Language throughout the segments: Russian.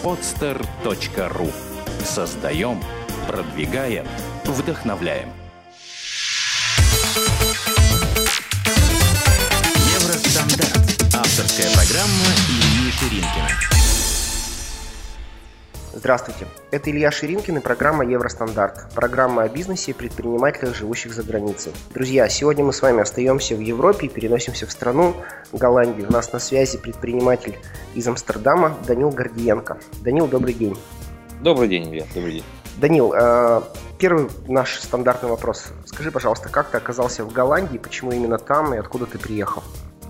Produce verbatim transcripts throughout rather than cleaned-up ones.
подстер точка ру. Создаем, продвигаем, вдохновляем. Евростандарт. Авторская программа Ильи Ширинкина. Здравствуйте, это Илья Ширинкин и программа «Евростандарт». Программа о бизнесе и предпринимателях, живущих за границей. Друзья, сегодня мы с вами остаемся в Европе и переносимся в страну Голландию. У нас на связи предприниматель из Амстердама Данил Гордиенко. Данил, добрый день. Добрый день, Илья, добрый день. Данил, первый наш стандартный вопрос. Скажи, пожалуйста, как ты оказался в Голландии, почему именно там и откуда ты приехал?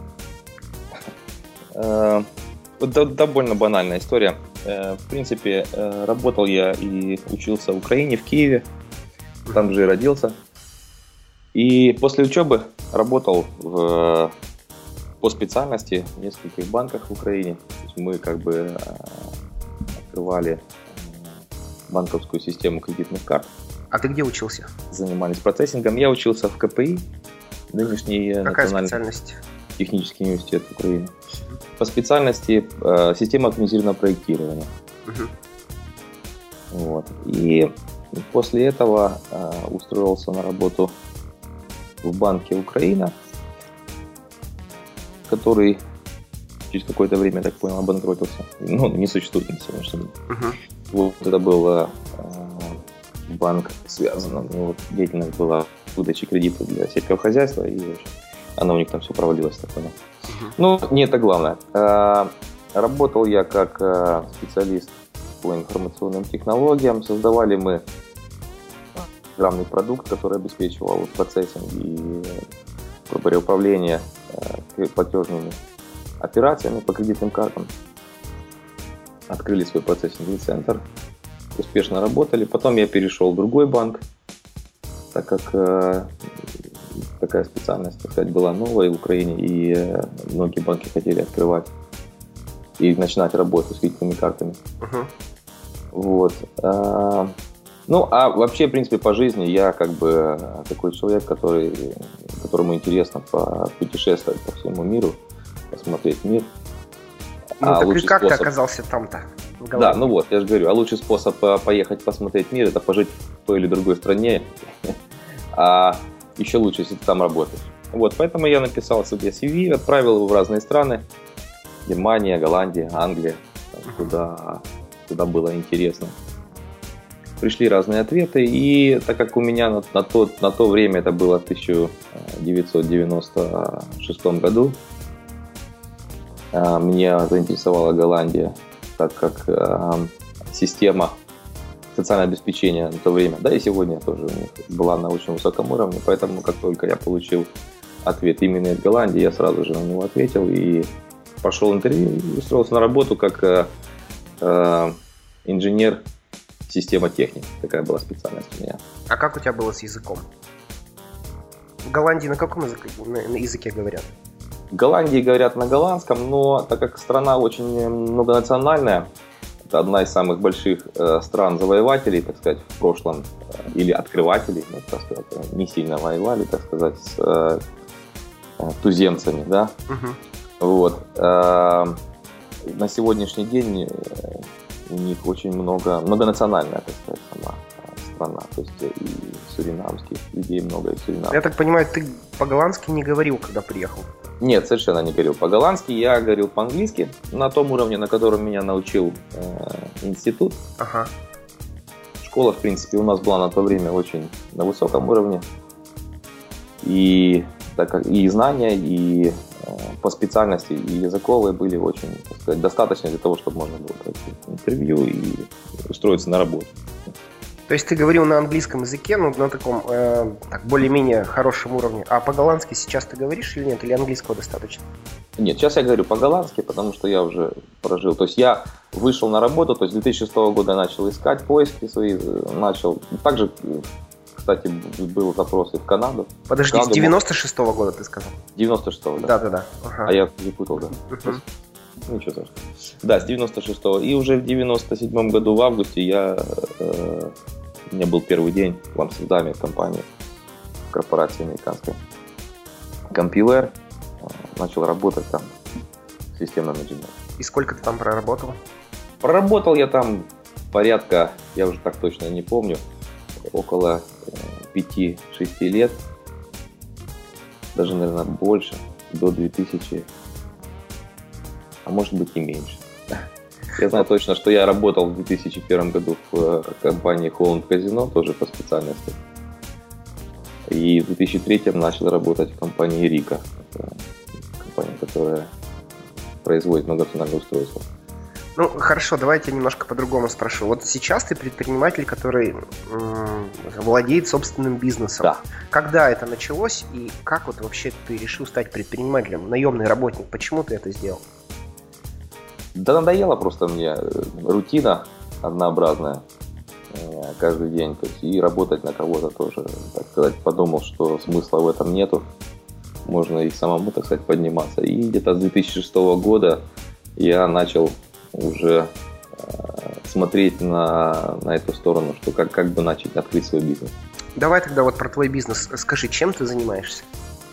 Это довольно банальная история. В принципе, работал я и учился в Украине, в Киеве, там же и родился. И после учебы работал в, по специальности в нескольких банках в Украине. То есть мы как бы открывали банковскую систему кредитных карт. А ты где учился? Занимались процессингом. Я учился в ка пэ и, нынешний Какая национальный специальность? технический университет Украины. По специальности э, система оптимизированного проектирования. Uh-huh. Вот. И после этого э, устроился на работу в банке Украина, который через какое-то время, я так понял, обанкротился. Ну, не существует на сегодняшний день. Uh-huh. Вот это был э, банк, связан, ну, вот, деятельность была выдачи кредитов для сельского хозяйства, и в общем, она у них там все провалилось, так понял. Uh-huh. Ну, не это главное. Э, работал я как э, специалист по информационным технологиям. Создавали мы программный продукт, который обеспечивал процессинг и э, управление э, платежными операциями по кредитным картам. Открыли свой процессинговый центр, успешно работали. Потом я перешел в другой банк, так как э, такая специальность, так сказать, была новая в Украине, и э, многие банки хотели открывать и начинать работу с кредитными картами. Uh-huh. Вот. А, ну, а вообще, в принципе, по жизни я как бы такой человек, который, которому интересно путешествовать по всему миру, посмотреть мир. Ну, а так и как способ... ты оказался там-то? Да, ну вот, я же говорю, а лучший способ поехать посмотреть мир — это пожить в той или другой стране. А еще лучше, если ты там работаешь. Вот, поэтому я написал себе си ви, отправил его в разные страны. Германия, Голландия, Англия, куда, куда было интересно. Пришли разные ответы, и так как у меня на, на, то, на то время, это было в тысяча девятьсот девяносто шестом году, меня заинтересовала Голландия, так как система социальное обеспечение на то время, да и сегодня тоже у них была на очень высоком уровне, поэтому как только я получил ответ именно из Голландии, я сразу же на него ответил и пошел интервью и устроился на работу как э, э, инженер системотехник. Такая была специальность у меня. А как у тебя было с языком? В Голландии на каком языке, на, на языке говорят? В Голландии говорят на голландском, но так как страна очень многонациональная, одна из самых больших э, стран-завоевателей, так сказать, в прошлом, э, или открывателей, ну, так сказать, не сильно воевали, так сказать, с э, э, туземцами, да. Uh-huh. Вот. Э, на сегодняшний день э, у них очень много, многонациональная, так сказать, сама э, страна, то есть и суринамских людей много, и суринамских. Я так понимаю, ты по-голландски не говорил, когда приехал? Нет, совершенно не говорил по-голландски, я говорил по-английски, на том уровне, на котором меня научил э, институт. Ага. Школа, в принципе, у нас была на то время очень на высоком уровне. И, так как, и знания, и э, по специальности, и языковые были очень, так сказать, достаточно для того, чтобы можно было пройти интервью и устроиться на работу. То есть ты говорил на английском языке, ну, на таком э, так, более-менее хорошем уровне. А по-голландски сейчас ты говоришь или нет? Или английского достаточно? Нет, сейчас я говорю по-голландски, потому что я уже прожил. То есть я вышел на работу, то есть с две тысячи шестого года начал искать поиски свои, начал. Также, кстати, был запрос и в Канаду. Подожди, Канаду, с девяносто шестого года ты сказал? девяносто шестого, да. Да-да-да. Ага. А я перепутал, да. Uh-huh. Ничего страшного. Да, с девяносто шестого. И уже в девяносто седьмом году в августе я... Э, у меня был первый день в Амстердаме в компании, в корпорации американской Compuware. Начал работать там системным инженером. И сколько ты там проработал? Проработал я там порядка, я уже так точно не помню, около пяти-шести лет, даже, наверное, больше, до две тысячи, а может быть и меньше. Я знаю точно, что я работал в две тысячи первом году в компании Holland Casino, тоже по специальности. И в две тысячи третьем начал работать в компании Рика, компания, которая производит многофункциональные устройства. Ну, хорошо, давайте немножко по-другому спрошу. Вот сейчас ты предприниматель, который м- владеет собственным бизнесом. Да. Когда это началось и как вот вообще ты решил стать предпринимателем, наемный работник? Почему ты это сделал? Да надоела просто мне рутина однообразная каждый день. То есть, и работать на кого-то тоже, так сказать, подумал, что смысла в этом нету. Можно и самому, так сказать, подниматься. И где-то с две тысячи шестого года я начал уже э, смотреть на, на эту сторону, что как, как бы начать открыть свой бизнес. Давай тогда вот про твой бизнес. Скажи, чем ты занимаешься?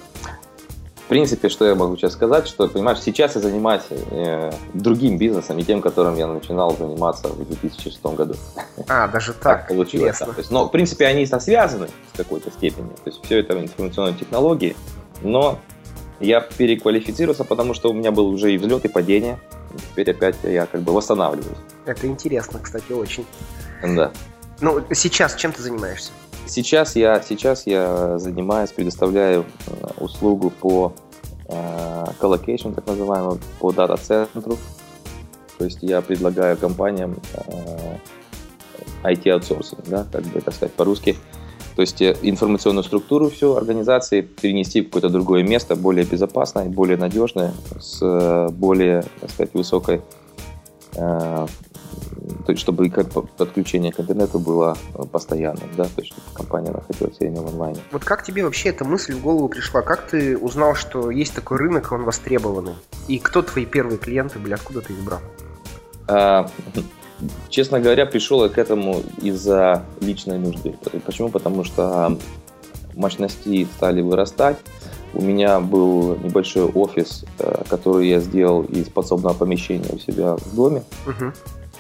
В принципе, что я могу сейчас сказать, что, понимаешь, сейчас я занимаюсь э, другим бизнесом, не тем, которым я начинал заниматься в две тысячи шестом году. А, даже так? Так получилось. Да. То есть, но, в принципе, они связаны с какой-то степенью. То есть, все это информационные технологии, но я переквалифицировался, потому что у меня был уже и взлет, и падение. Теперь опять я как бы восстанавливаюсь. Это интересно, кстати, очень. Да. Ну, сейчас чем ты занимаешься? Сейчас я, сейчас я занимаюсь, предоставляю э, услугу по э, collocation, так называемому, по дата-центру. То есть я предлагаю компаниям э, ай ти-аутсорсинг, да, как бы это сказать по-русски. То есть информационную структуру всю организации перенести в какое-то другое место, более безопасное, более надежное, с более, так сказать, высокой, э, то есть чтобы подключение к интернету было постоянным, да, то есть чтобы компания находилась именно в онлайне. Вот как тебе вообще эта мысль в голову пришла? Как ты узнал, что есть такой рынок, он востребованный? И кто твои первые клиенты были, откуда ты их брал? А, честно говоря, пришел я к этому из-за личной нужды. Почему? Потому что мощности стали вырастать. У меня был небольшой офис, который я сделал из подсобного помещения у себя в доме. Угу.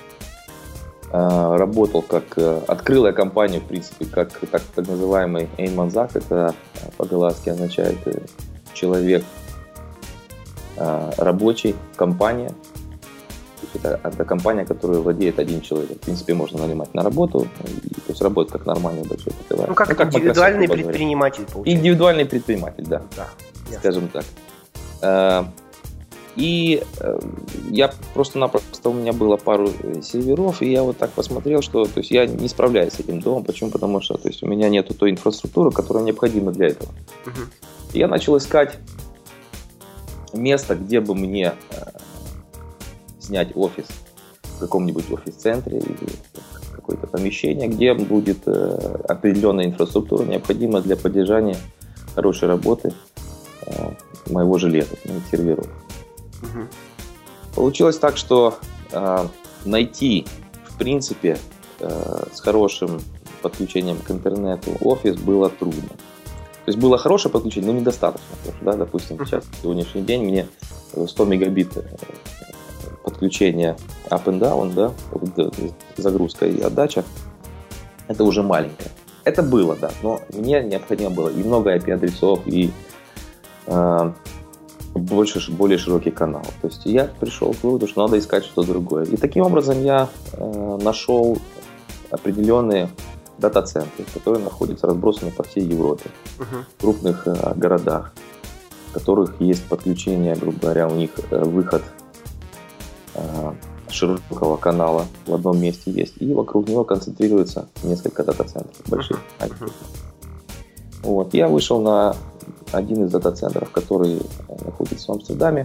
Работал как... Открыл я компанию, в принципе, как так, так называемый эйнманзак. Это по-голландски означает человек рабочий, компания. Это, это компания, которую владеет один человек. В принципе, можно нанимать на работу, и, то есть работать как нормальный большой ПТВ. Ну, как, ну, как индивидуальный предприниматель, получается. Индивидуальный предприниматель, да, да скажем так. И я просто-напросто, у меня было пару серверов, и я вот так посмотрел, что то есть я не справляюсь с этим домом. Почему? Потому что то есть, у меня нету той инфраструктуры, которая необходима для этого. Угу. И я начал искать место, где бы мне снять офис в каком-нибудь офис-центре или какое-то помещение, где будет определенная инфраструктура, необходимая для поддержания хорошей работы моего железа, моих серверов. Угу. Получилось так, что э, найти, в принципе, э, с хорошим подключением к интернету офис было трудно. То есть было хорошее подключение, но недостаточно. Да? Допустим, сейчас, в сегодняшний день мне сто мегабит подключения up and down, да, загрузка и отдача, это уже маленькое. Это было, да, но мне необходимо было и много ай пи-адресов, и э, больше, более широкий канал. То есть я пришел к выводу, что надо искать что-то другое. И таким образом я э, нашел определенные дата-центры, которые находятся разбросаны по всей Европе, uh-huh. в крупных э, городах, в которых есть подключение, грубо говоря, у них э, выход э, широкого канала в одном месте есть, и вокруг него концентрируется несколько дата-центров больших. Uh-huh. Uh-huh. Вот. Я вышел на один из дата-центров, который находится в Амстердаме.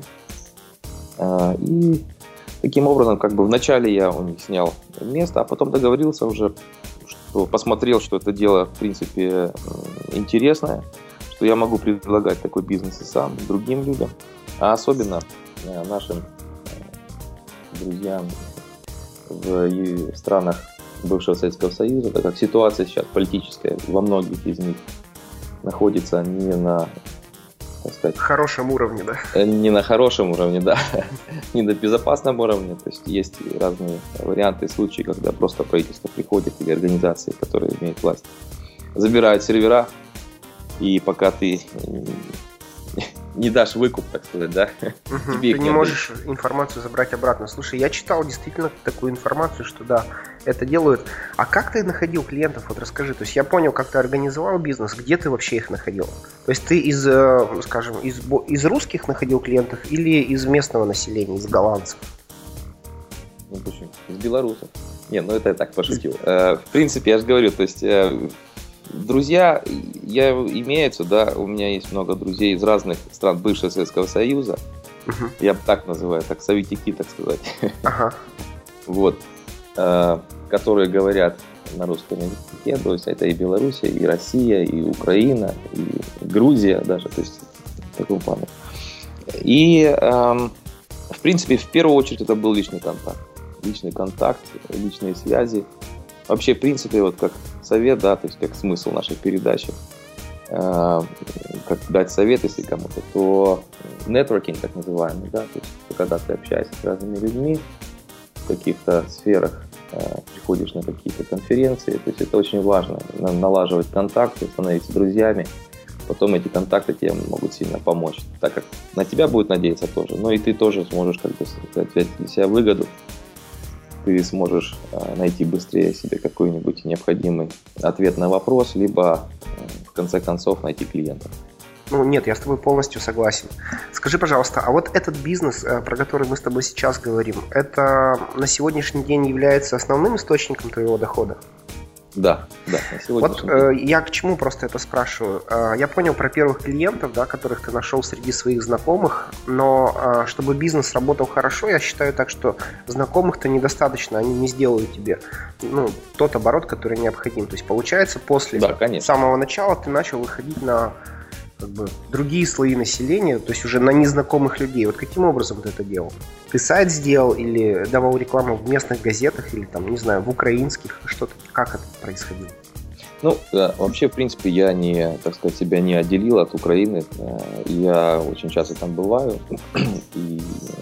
И таким образом, как бы вначале я у них снял место, а потом договорился уже, что посмотрел, что это дело, в принципе, интересное, что я могу предлагать такой бизнес и сам другим людям, а особенно нашим друзьям в странах бывшего Советского Союза, так как ситуация сейчас политическая во многих из них находится не на так сказать... хорошем уровне, да? Не на хорошем уровне, да. Не на безопасном уровне. То есть есть разные варианты, случаи, когда просто правительство приходит или организации, которые имеют власть, забирают сервера, и пока ты не дашь выкуп, так сказать, да? Угу, ты не можешь информацию забрать обратно. Слушай, я читал действительно такую информацию, что да, это делают. А как ты находил клиентов? Вот расскажи. То есть я понял, как ты организовал бизнес, где ты вообще их находил? То есть ты из, скажем, из, из русских находил клиентов или из местного населения, из голландцев? Ну почему? Из белорусов. Не, ну это я так пошутил. В принципе, я же говорю, то есть... Друзья, я имеются, да, у меня есть много друзей из разных стран бывшего Советского Союза, uh-huh. я бы так называю, так советики, так сказать, uh-huh. вот, э, которые говорят на русском языке, то есть это и Белоруссия, и Россия, и Украина, и Грузия даже, то есть в таком плане. И, э, в принципе, в первую очередь это был личный контакт, личный контакт, личные связи. Вообще, в принципе, вот как совет, да, то есть как смысл нашей передачи, э, как дать совет, если кому-то, то нетворкинг, так называемый, да, то есть когда ты общаешься с разными людьми в каких-то сферах, э, приходишь на какие-то конференции, то есть это очень важно, налаживать контакты, становиться друзьями, потом эти контакты тебе могут сильно помочь, так как на тебя будет надеяться тоже, но и ты тоже сможешь как бы взять для себя выгоду. Ты сможешь э, найти быстрее себе какой-нибудь необходимый ответ на вопрос, либо э, в конце концов найти клиента. Ну нет, я с тобой полностью согласен. Скажи, пожалуйста, а вот этот бизнес, э, про который мы с тобой сейчас говорим, это на сегодняшний день является основным источником твоего дохода? Да, да. Вот э, я к чему просто это спрашиваю. Э, я понял про первых клиентов, да, которых ты нашел среди своих знакомых, но э, чтобы бизнес работал хорошо, я считаю так, что знакомых-то недостаточно, они не сделают тебе ну, тот оборот, который необходим. То есть получается, после да, самого начала ты начал выходить на как бы, другие слои населения, то есть уже на незнакомых людей. Вот каким образом ты это делал? Ты сайт сделал или давал рекламу в местных газетах или там, не знаю, в украинских, что-то, как это происходило? Ну, вообще, в принципе, я не, так сказать, себя не отделил от Украины. Я очень часто там бываю, и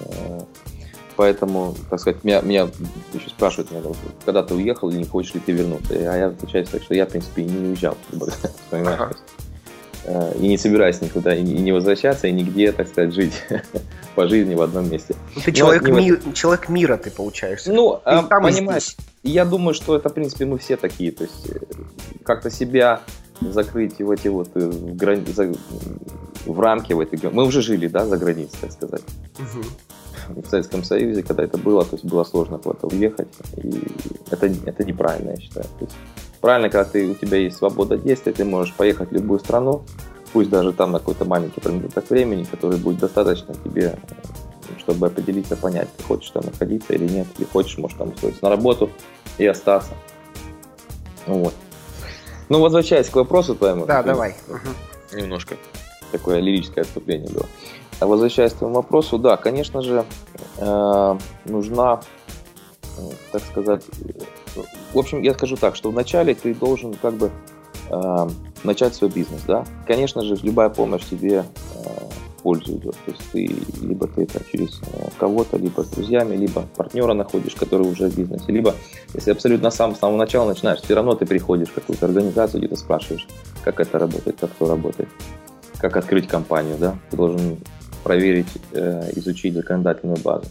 поэтому, так сказать, меня, меня еще спрашивают, когда ты уехал или не хочешь ли ты вернуться. А я отвечаю так, что я, в принципе, и не уезжал, понимаешь? Ага. И не собираюсь никуда, и не возвращаться, и нигде, так сказать, жить по жизни в одном месте. Ты человек, ми... в... человек мира, ты получаешься. Ну, ты там понимаешь, я думаю, что это, в принципе, мы все такие. То есть как-то себя закрыть в эти вот в, грани... в рамки в этой... Мы уже жили, да, за границей, так сказать. Угу. В Советском Союзе, когда это было, то есть было сложно куда-то уехать. И это, это неправильно, я считаю. То есть правильно, когда ты, у тебя есть свобода действия, ты можешь поехать в любую страну, пусть даже там на какой-то маленький промежуток времени, который будет достаточно тебе, чтобы определиться, понять, ты хочешь там находиться или нет, или хочешь, можешь там устроиться на работу и остаться. Вот. Ну, возвращаясь к вопросу твоему. Да, давай. Немножко такое лирическое отступление было. А возвращаясь к твоему вопросу, да, конечно же, э, нужна, э, так сказать, в общем, я скажу так, что вначале ты должен как бы э, начать свой бизнес, да. Конечно же, любая помощь тебе э, в пользу идет. То есть ты либо ты это через э, кого-то, либо с друзьями, либо партнера находишь, который уже в бизнесе, либо если абсолютно сам с самого начала начинаешь, все равно ты приходишь в какую-то организацию, где-то спрашиваешь, как это работает, как кто работает, как открыть компанию, да. Ты должен проверить, э, изучить законодательную базу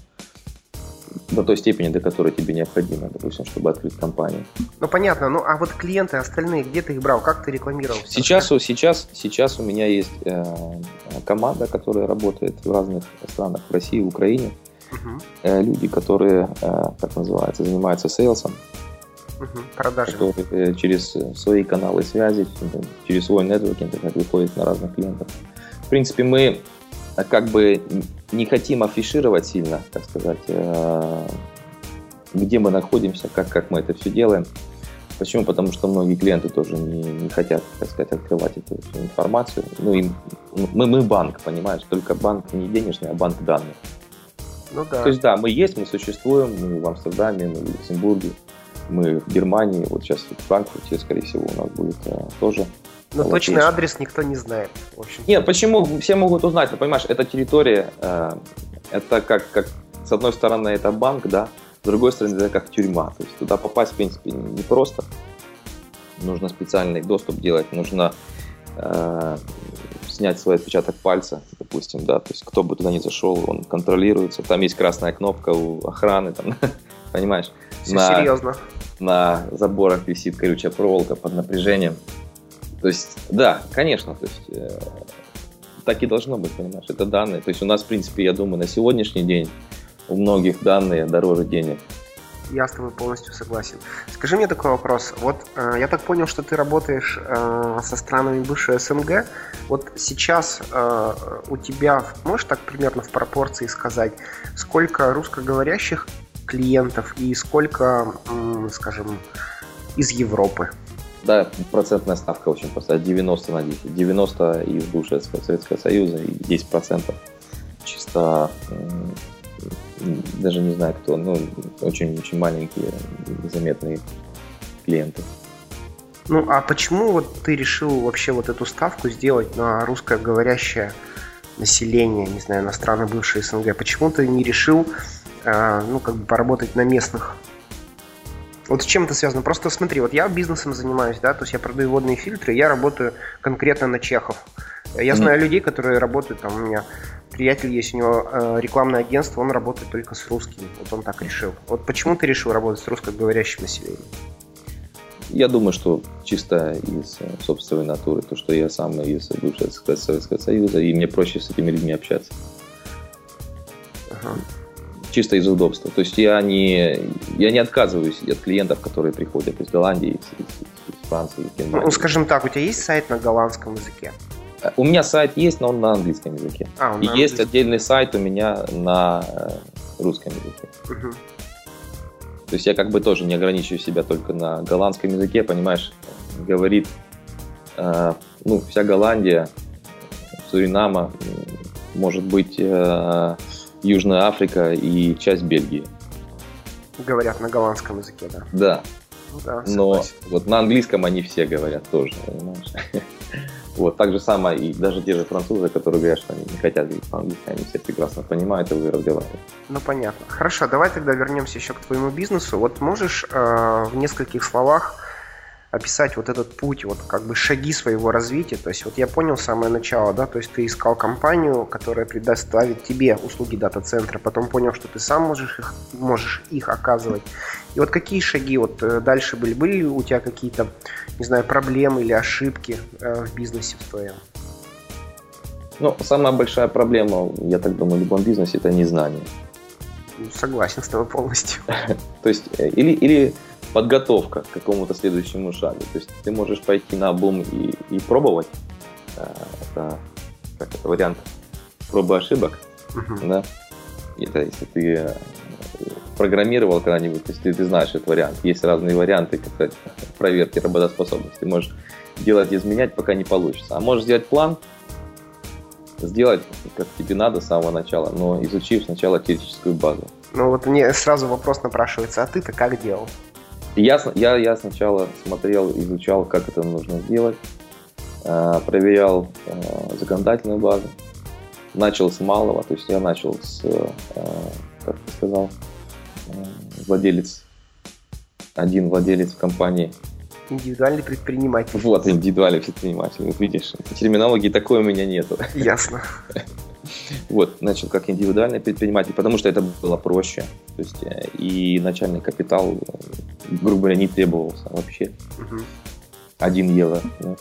до той степени, до которой тебе необходимо, допустим, чтобы открыть компанию. Ну понятно, ну а вот клиенты остальные, где ты их брал, как ты рекламировал? Сейчас, сейчас, сейчас у меня есть э, команда, которая работает в разных странах, в России, в Украине. Угу. Э, люди, которые, э, как называется, занимаются сейлсом. Угу. Продажи. Которые через свои каналы связи, через свой нетворкинг выходят на разных клиентов. В принципе, мы как бы не хотим афишировать сильно, так сказать, где мы находимся, как, как мы это все делаем. Почему? Потому что многие клиенты тоже не, не хотят, так сказать, открывать эту информацию. Ну, им, мы, мы банк, понимаешь, только банк не денежный, а банк данных. Ну да. То есть да, мы есть, мы существуем, мы в Амстердаме, мы в Люксембурге, мы в Германии, вот сейчас в Франкфурте, скорее всего, у нас будет тоже Но вот точный есть. Адрес никто не знает. В общем. Нет, почему? Все могут узнать. Но, понимаешь, эта территория, э, это как, как, с одной стороны, это банк, да, с другой стороны, это как тюрьма. То есть туда попасть, в принципе, не просто. Нужно специальный доступ делать, нужно э, снять свой отпечаток пальца, допустим, да, то есть кто бы туда ни зашел, он контролируется. Там есть красная кнопка у охраны, там, понимаешь? Все на, серьезно. На заборах висит колючая проволока под напряжением. То есть, да, конечно, то есть, э, так и должно быть, понимаешь, это данные. То есть у нас, в принципе, я думаю, на сегодняшний день у многих данные дороже денег. Я с тобой полностью согласен. Скажи мне такой вопрос. Вот э, я так понял, что ты работаешь э, со странами бывшей СНГ. Вот сейчас э, у тебя, можешь так примерно в пропорции сказать, сколько русскоговорящих клиентов и сколько, э, скажем, из Европы? Да, процентная ставка очень простая, девяносто на десять. девяносто из бывшего Советского Союза и десять процентов чисто... Э, даже не знаю кто, ну, очень-очень маленькие, заметные клиенты. Ну, а почему вот ты решил вообще вот эту ставку сделать на русскоговорящее население, не знаю, на страны бывшей СНГ? Почему ты не решил, э, ну, как бы поработать на местных? Вот с чем это связано? Просто смотри, вот я бизнесом занимаюсь, да, то есть я продаю водные фильтры, я работаю конкретно на чехов. Я знаю mm-hmm. людей, которые работают, там у меня приятель есть, у него э, рекламное агентство, он работает только с русскими. Вот он так решил. Вот почему ты решил работать с русскоговорящим населением? Я думаю, что чисто из собственной натуры, то, что я сам из бывшего Советского Союза, и мне проще с этими людьми общаться. Ага. Чисто из удобства. То есть я не, я не отказываюсь от клиентов, которые приходят из Голландии, из, из, из Франции, из Германии. Ну, скажем так, у тебя есть сайт на голландском языке? У меня сайт есть, но он на английском языке. А, и есть английском. Отдельный сайт у меня на русском языке. Угу. То есть я как бы тоже не ограничиваю себя только на голландском языке, понимаешь, говорит э, ну, вся Голландия, Суринама, может быть э, Южная Африка и часть Бельгии. Говорят на голландском языке, да? Да. Ну, да, но вот на английском они все говорят тоже, понимаешь? Вот, так же самое и даже те же французы, которые говорят, что они не хотят говорить по-английски, они все прекрасно понимают и вы разговариваете. Ну, понятно. Хорошо, давай тогда вернемся еще к твоему бизнесу. Вот можешь э, в нескольких словах описать вот этот путь, вот как бы шаги своего развития? То есть вот я понял самое начало, да, то есть ты искал компанию, которая предоставит тебе услуги дата-центра, потом понял, что ты сам можешь их, можешь их оказывать. И вот какие шаги вот дальше были? Были ли у тебя какие-то, не знаю, проблемы или ошибки э, в бизнесе в твоем? Ну, самая большая проблема, я так думаю, в любом бизнесе – это незнание. Согласен с тобой полностью. То есть, или, или подготовка к какому-то следующему шагу. То есть, ты можешь пойти на обум и, и пробовать. Это, как это, вариант пробы ошибок. Uh-huh. Да? Это если ты программировал когда-нибудь, то есть ты, ты знаешь этот вариант. Есть разные варианты как проверки работоспособности. Ты можешь делать и изменять, пока не получится. А можешь сделать план, сделать, как тебе надо с самого начала, но изучив сначала теоретическую базу. Ну вот мне сразу вопрос напрашивается, а ты-то как делал? Я, я, я сначала смотрел, изучал, как это нужно сделать, э, проверял э, законодательную базу, начал с малого, то есть я начал с, э, как ты сказал, э, владелец, один владелец в компании. Индивидуальный предприниматель. Вот, индивидуальный предприниматель. Вот видишь, терминологии такой у меня нету. Ясно. Вот, начал как индивидуальный предприниматель, потому что это было проще. То есть и начальный капитал, грубо говоря, не требовался вообще. Угу. Один евро. Да.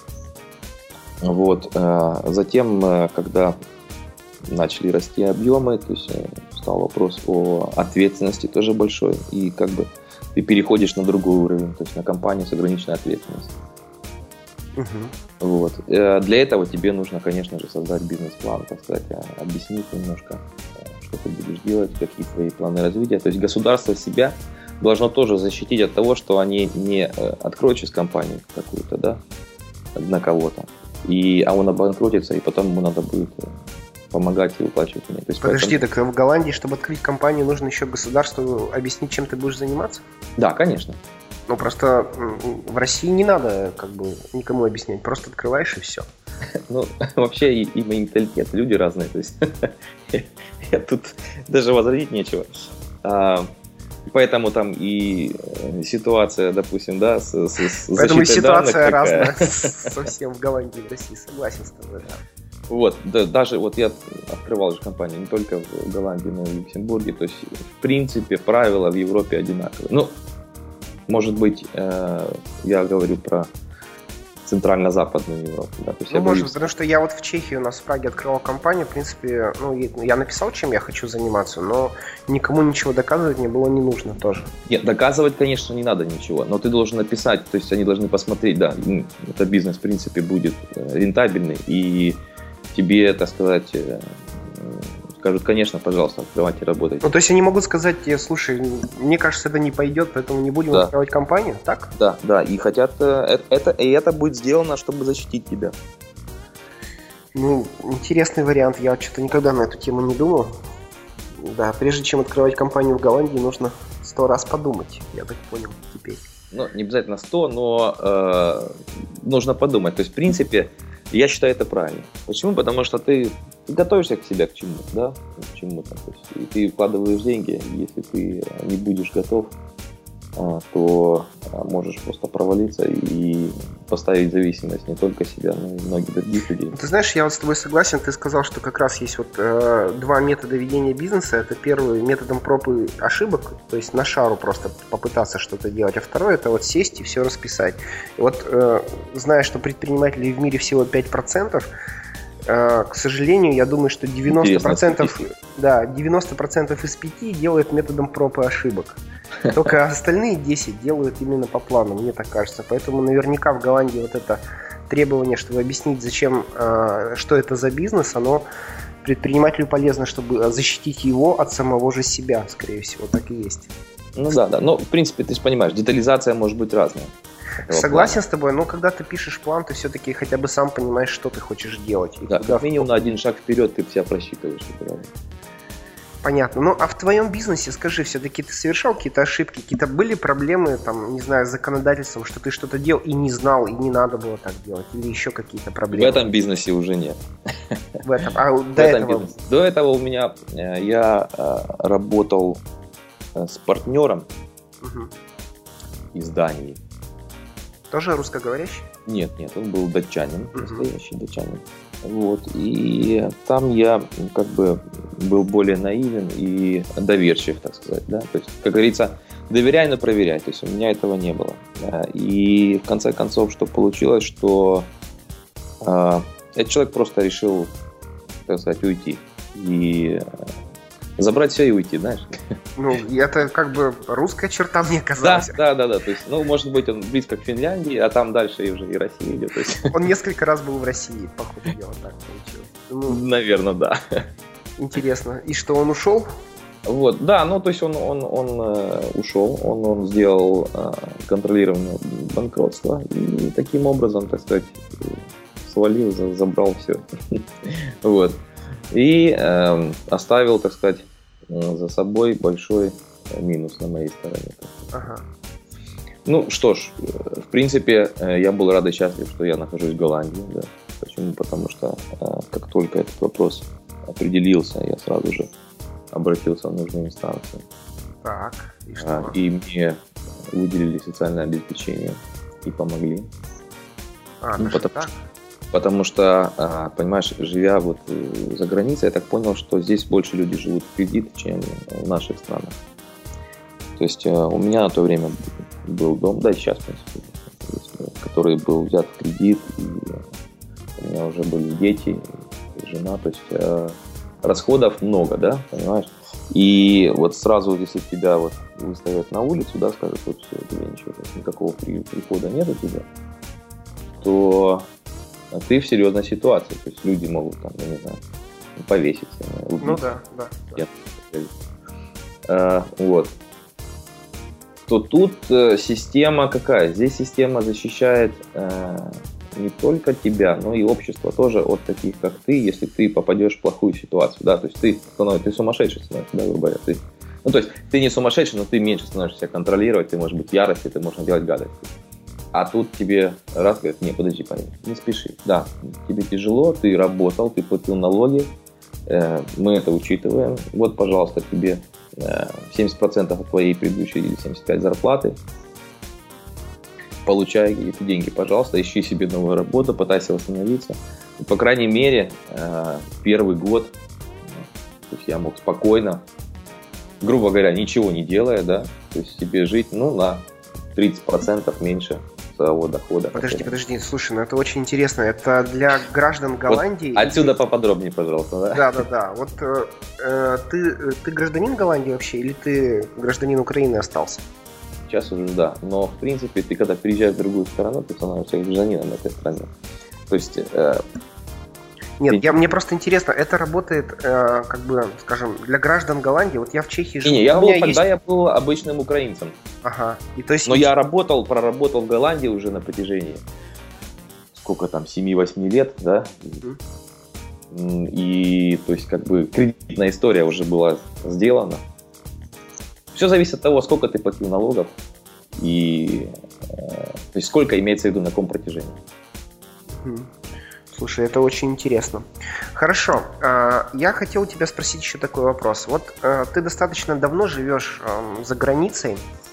Вот. Затем, когда начали расти объемы, то есть стал вопрос о ответственности тоже большой. И как бы ты переходишь на другой уровень, то есть на компанию с ограниченной ответственностью. Uh-huh. Вот. Для этого тебе нужно, конечно же, создать бизнес-план, так сказать, объяснить немножко, что ты будешь делать, какие твои планы развития. То есть государство себя должно тоже защитить от того, что они не откроют сейчас компанию какую-то, да, на кого-то, и, а он обанкротится, и потом ему надо будет помогать и выплачивать мне. То есть Подожди, поэтому... так в Голландии, чтобы открыть компанию, нужно еще государству объяснить, чем ты будешь заниматься? Да, конечно. Ну, просто в России не надо как бы никому объяснять, просто открываешь и все. Ну, вообще и, и менталитет, люди разные, то есть я тут даже возразить нечего. А, поэтому там и ситуация, допустим, да, с, с, с поэтому защитой ситуация данных такая. разная совсем в Голландии, в России, согласен с тобой, да. Вот, да, даже вот я открывал же компанию не только в Голландии, но и в Люксембурге, то есть в принципе правила в Европе одинаковые. Ну, может быть, э, я говорю про центрально-западную Европу. Да, то есть ну, я может, боюсь... потому что я вот в Чехии у нас в Праге открывал компанию, в принципе, ну, я написал, чем я хочу заниматься, но никому ничего доказывать мне было не нужно тоже. Нет, доказывать, конечно, не надо ничего, но ты должен написать, то есть они должны посмотреть, да, это бизнес, в принципе, будет рентабельный, и тебе, так сказать, скажут, конечно, пожалуйста, открывайте, работайте. Ну, то есть они могут сказать тебе, слушай, мне кажется, это не пойдет, поэтому не будем да. открывать компанию, так? Да, да, и хотят, это, и это будет сделано, чтобы защитить тебя. Ну, интересный вариант, я что-то никогда на эту тему не думал. Да, прежде чем открывать компанию в Голландии, нужно сто раз подумать, я так понял теперь. Ну, не обязательно сто, но э, нужно подумать, то есть, в принципе, я считаю это правильно. Почему? Потому что ты готовишься к себе к чему-то, да, к чему-то. То есть, и ты вкладываешь деньги, если ты не будешь готов, то можешь просто провалиться и поставить зависимость не только себя, но и многих других людей. Ты знаешь, я вот с тобой согласен, ты сказал, что как раз есть вот э, два метода ведения бизнеса. Это первый методом проб и ошибок, то есть на шару просто попытаться что-то делать, а второй это вот сесть и все расписать. И вот э, зная, что предпринимателей в мире всего пять процентов, э, к сожалению, я думаю, что девяносто процентов, да, девяносто процентов из пяти делают методом проб и ошибок. Только остальные десять делают именно по плану, мне так кажется. Поэтому наверняка в Голландии вот это требование, чтобы объяснить, зачем, что это за бизнес, оно предпринимателю полезно, чтобы защитить его от самого же себя, скорее всего, так и есть. Ну да, да. Ну, в принципе, ты же понимаешь, детализация может быть разная. Согласен плана. с тобой, но когда ты пишешь план, ты все-таки хотя бы сам понимаешь, что ты хочешь делать. И да, как минимум на один шаг вперед ты себя просчитываешь. Понятно. Ну, а в твоем бизнесе, скажи, все-таки ты совершал какие-то ошибки, какие-то были проблемы, там, не знаю, с законодательством, что ты что-то делал и не знал, и не надо было так делать, или еще какие-то проблемы? В этом бизнесе уже нет. В этом? А до этого? До этого у меня, я работал с партнером из Дании. Тоже русскоговорящий? Нет, нет, он был датчанин, настоящий датчанин. Вот, и там я как бы был более наивен и доверчив, так сказать, да, то есть, как говорится, доверяй, но проверяй, то есть у меня этого не было, да? И в конце концов, что получилось, что э, этот человек просто решил, так сказать, уйти и забрать все и уйти, знаешь. Ну, это как бы русская черта, мне казалось. Да, да, да, да. То есть, ну, может быть, он близко к Финляндии, а там дальше и уже и Россия идет. То есть... Он несколько раз был в России, по ходу дела, так получилось. Ну, наверное, да. Интересно. И что, он ушел? Вот, да, ну, то есть он, он, он э, ушел, он, он сделал э, контролированное банкротство и таким образом, так сказать, свалил, забрал все. Вот. И э, оставил, так сказать, за собой большой минус на моей стороне. Ага. Ну что ж, в принципе, я был рад и счастлив, что я нахожусь в Голландии. Да. Почему? Потому что как только этот вопрос определился, я сразу же обратился в нужную инстанцию. Так, и что? И мне выделили социальное обеспечение и помогли. А, ну, потому, потому, потому что, понимаешь, живя вот за границей, я так понял, что здесь больше люди живут в кредит, чем в наших странах. То есть у меня на то время был дом, да и сейчас, в принципе, который был взят в кредит, и у меня уже были дети, и жена, то есть расходов много, да, понимаешь? И вот сразу, если тебя вот выставят на улицу, да, скажут, вот все, тебе ничего, никакого прихода нет у тебя, то ты в серьезной ситуации, то есть люди могут там, я не знаю, повеситься. Убить. Ну да, да. да. А, вот. То тут э, система какая? Здесь система защищает э, не только тебя, но и общество тоже от таких, как ты, если ты попадешь в плохую ситуацию, да, то есть ты становишься, ты сумасшедший становишься, да, грубо говоря, ты, ну, Ну, то есть ты не сумасшедший, но ты меньше становишься себя контролировать, ты можешь быть в ярости, ты можешь делать гадости. А тут тебе раз говорят, не, подожди, парень, не спеши. Да, тебе тяжело, ты работал, ты платил налоги, э, мы это учитываем. Вот, пожалуйста, тебе э, семьдесят процентов от твоей предыдущей или семьдесят пять процентов зарплаты. Получай эти деньги, пожалуйста, ищи себе новую работу, пытайся восстановиться. И, по крайней мере, э, первый год то есть я мог спокойно, грубо говоря, ничего не делая, да, то есть себе жить, ну, на тридцать процентов меньше своего дохода. Подожди, подожди, слушай, ну это очень интересно. Это для граждан Голландии. Вот отсюда или... поподробнее, пожалуйста, да? Да, да, да. Вот э, ты, ты гражданин Голландии вообще, или ты гражданин Украины остался? Сейчас уже да. Но в принципе, ты когда переезжаешь в другую страну, ты становишься гражданином этой страны. То есть. Э, Нет, я, мне просто интересно, это работает, э, как бы, скажем, для граждан Голландии. Вот я в Чехии живу. Не, не, я был, тогда есть... я был обычным украинцем. Ага. И то есть... Но я работал, проработал в Голландии уже на протяжении, сколько там, семь-восемь лет, да? Mm-hmm. И, то есть, как бы, кредитная история уже была сделана. Все зависит от того, сколько ты платил налогов и, э, то есть, сколько имеется в виду на каком протяжении. Mm-hmm. Слушай, это очень интересно. Хорошо, я хотел у тебя спросить еще такой вопрос. Вот ты достаточно давно живешь за границей,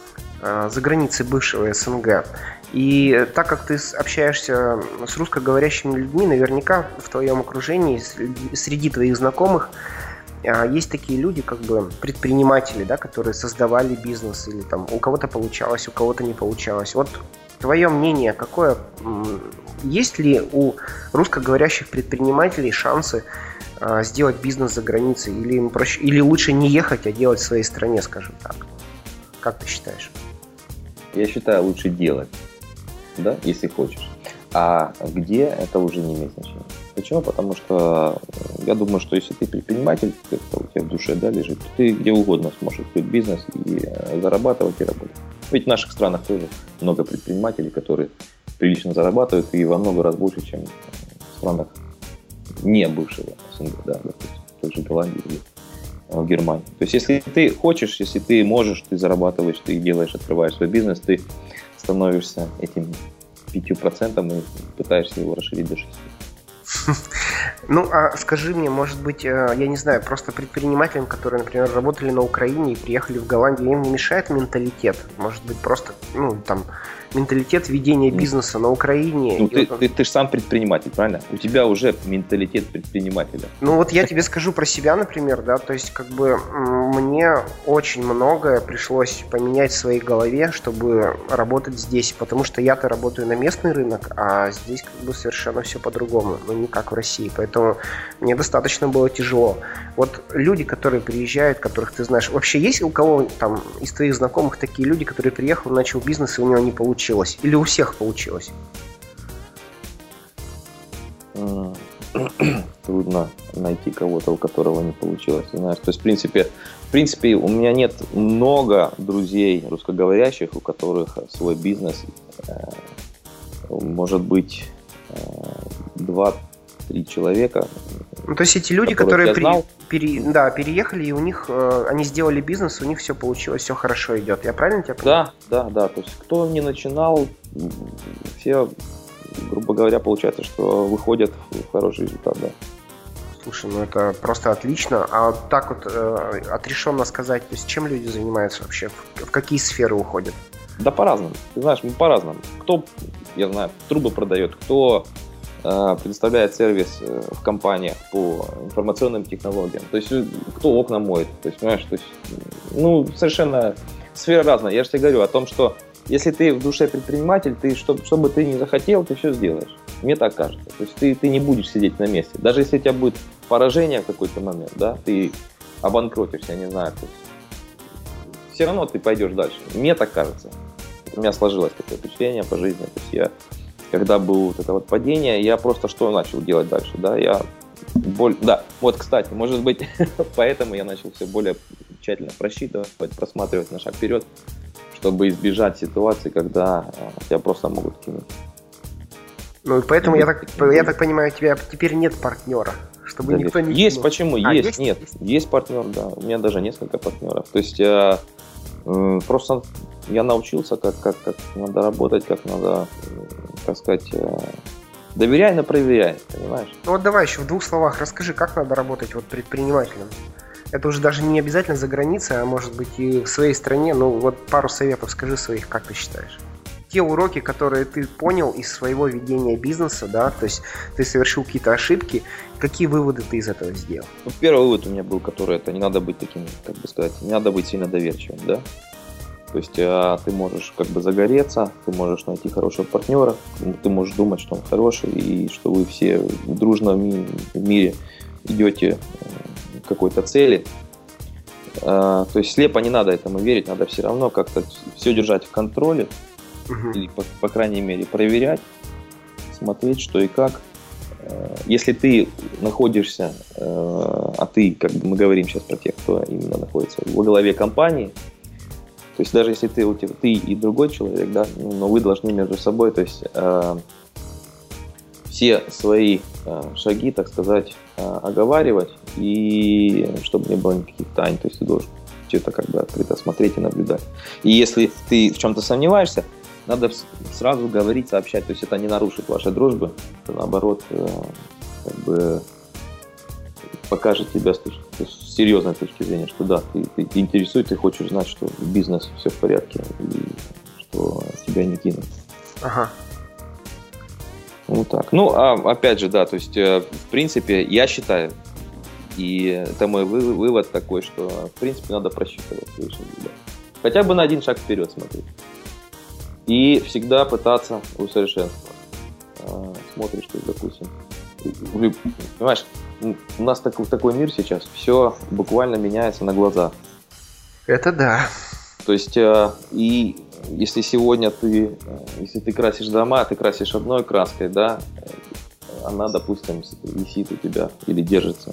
за границей бывшего СНГ. И так как ты общаешься с русскоговорящими людьми, наверняка в твоем окружении, среди твоих знакомых, есть такие люди, как бы предприниматели, да, которые создавали бизнес, или там у кого-то получалось, у кого-то не получалось. Вот твое мнение какое? Есть ли у русскоговорящих предпринимателей шансы а, сделать бизнес за границей? Или им проще, или лучше не ехать, а делать в своей стране, скажем так? Как ты считаешь? Я считаю, лучше делать, да, если хочешь. А где, это уже не имеет значения. Почему? Потому что я думаю, что если ты предприниматель, это у тебя в душе, да, лежит, то ты где угодно сможешь открыть бизнес и зарабатывать, и работать. Ведь в наших странах тоже много предпринимателей, которые прилично зарабатывают и во много раз больше, чем в странах не бывшего СНГ, да, допустим, в той же Голландии или в Германии. То есть, если ты хочешь, если ты можешь, ты зарабатываешь, ты делаешь, открываешь свой бизнес, ты становишься этим пятью процентом и пытаешься его расширить до шести. Ну, а скажи мне, может быть, я не знаю, просто предпринимателям, которые, например, работали на Украине и приехали в Голландию, им не мешает менталитет? Может быть, просто, ну, там, менталитет ведения бизнеса на Украине. Ну, ты, вот... ты, ты же сам предприниматель, правильно? У тебя уже менталитет предпринимателя. Ну, вот я тебе скажу про себя, например, да, то есть, как бы, мне очень многое пришлось поменять в своей голове, чтобы работать здесь, потому что я-то работаю на местный рынок, а здесь, как бы, совершенно все по-другому, ну, не как в России, поэтому мне достаточно было тяжело. Вот люди, которые приезжают, которых ты знаешь, вообще есть у кого там из твоих знакомых такие люди, которые приехал, начал бизнес, и у него не получилось? Или у всех получилось? Трудно найти кого-то, у которого не получилось. Знаешь, то есть, в принципе, в принципе, у меня нет много друзей русскоговорящих, у которых свой бизнес, может быть, два-три человека. Ну, то есть эти люди, которые при, пере, да, переехали, и у них э, они сделали бизнес, у них все получилось, все хорошо идет. Я правильно тебя понимаю? Да, да, да. То есть кто не начинал, все, грубо говоря, получается, что выходят в хороший результат, да. Слушай, ну это просто отлично. А вот так вот э, отрешенно сказать, то есть чем люди занимаются вообще, в, в какие сферы уходят? Да по-разному. Ты знаешь, мы по-разному. Кто, я знаю, трубы продает, кто предоставляет сервис в компаниях по информационным технологиям, то есть кто окна моет, то есть, понимаешь, то есть, ну, совершенно сфера разная. Я же тебе говорю о том, что если ты в душе предприниматель, ты, что, что бы ты ни захотел, ты все сделаешь. Мне так кажется. То есть ты, ты не будешь сидеть на месте. Даже если у тебя будет поражение в какой-то момент, да, ты обанкротишься, я не знаю, то есть, все равно ты пойдешь дальше. Мне так кажется. У меня сложилось такое впечатление по жизни. То есть я когда было вот это вот падение, я просто что начал делать дальше, да, я боль, да, вот, кстати, может быть, поэтому я начал все более тщательно просчитывать, просматривать на шаг вперед, чтобы избежать ситуации, когда тебя просто могут кинуть. Ну, и поэтому, и я, так, я так понимаю, у тебя теперь нет партнера, чтобы да, никто не... Есть, почему? А, есть, есть, нет. Есть? есть партнер, да. У меня даже несколько партнеров. То есть э, э, просто я научился, как, как, как надо работать, как надо, как сказать, э, доверяй, но проверяй, понимаешь? Ну вот давай еще в двух словах расскажи, как надо работать вот предпринимателем. Это уже даже не обязательно за границей, а может быть и в своей стране. Ну вот пару советов скажи своих, как ты считаешь? Те уроки, которые ты понял из своего ведения бизнеса, да, то есть ты совершил какие-то ошибки, какие выводы ты из этого сделал? Ну, первый вывод у меня был, который это не надо быть таким, как бы сказать, не надо быть сильно доверчивым, да. То есть а, ты можешь как бы загореться, ты можешь найти хорошего партнера, ты можешь думать, что он хороший и что вы все в дружном ми- мире идете к какой-то цели. А, то есть слепо не надо этому верить, надо все равно как-то все держать в контроле. Uh-huh. Или, по, по крайней мере, проверять, смотреть, что и как. Если ты находишься, а ты, как бы мы говорим сейчас про тех, кто именно находится во главе компании, то есть даже если ты, ты и другой человек, да, но вы должны между собой, то есть э, все свои э, шаги, так сказать, э, оговаривать, и чтобы не было никаких тайн, то есть ты должен все это как бы открыто смотреть и наблюдать. И если ты в чем-то сомневаешься, надо сразу говорить, сообщать, то есть это не нарушит вашей дружбы, это наоборот как бы покажет тебя с, с серьезной точки зрения, что да, ты, ты, ты интересует, ты хочешь знать, что в бизнесе все в порядке и что тебя не кинут. Ага. Вот так. Ну, а опять же, да, то есть в принципе я считаю, и это мой вывод такой, что в принципе надо просчитывать свои шаги, да. Хотя бы на один шаг вперед смотреть. И всегда пытаться усовершенствовать. Смотришь, ты, допустим, понимаешь, у нас такой, такой мир сейчас, все буквально меняется на глазах. Это да. То есть, и если сегодня ты, если ты красишь дома, ты красишь одной краской, да, она, допустим, висит у тебя или держится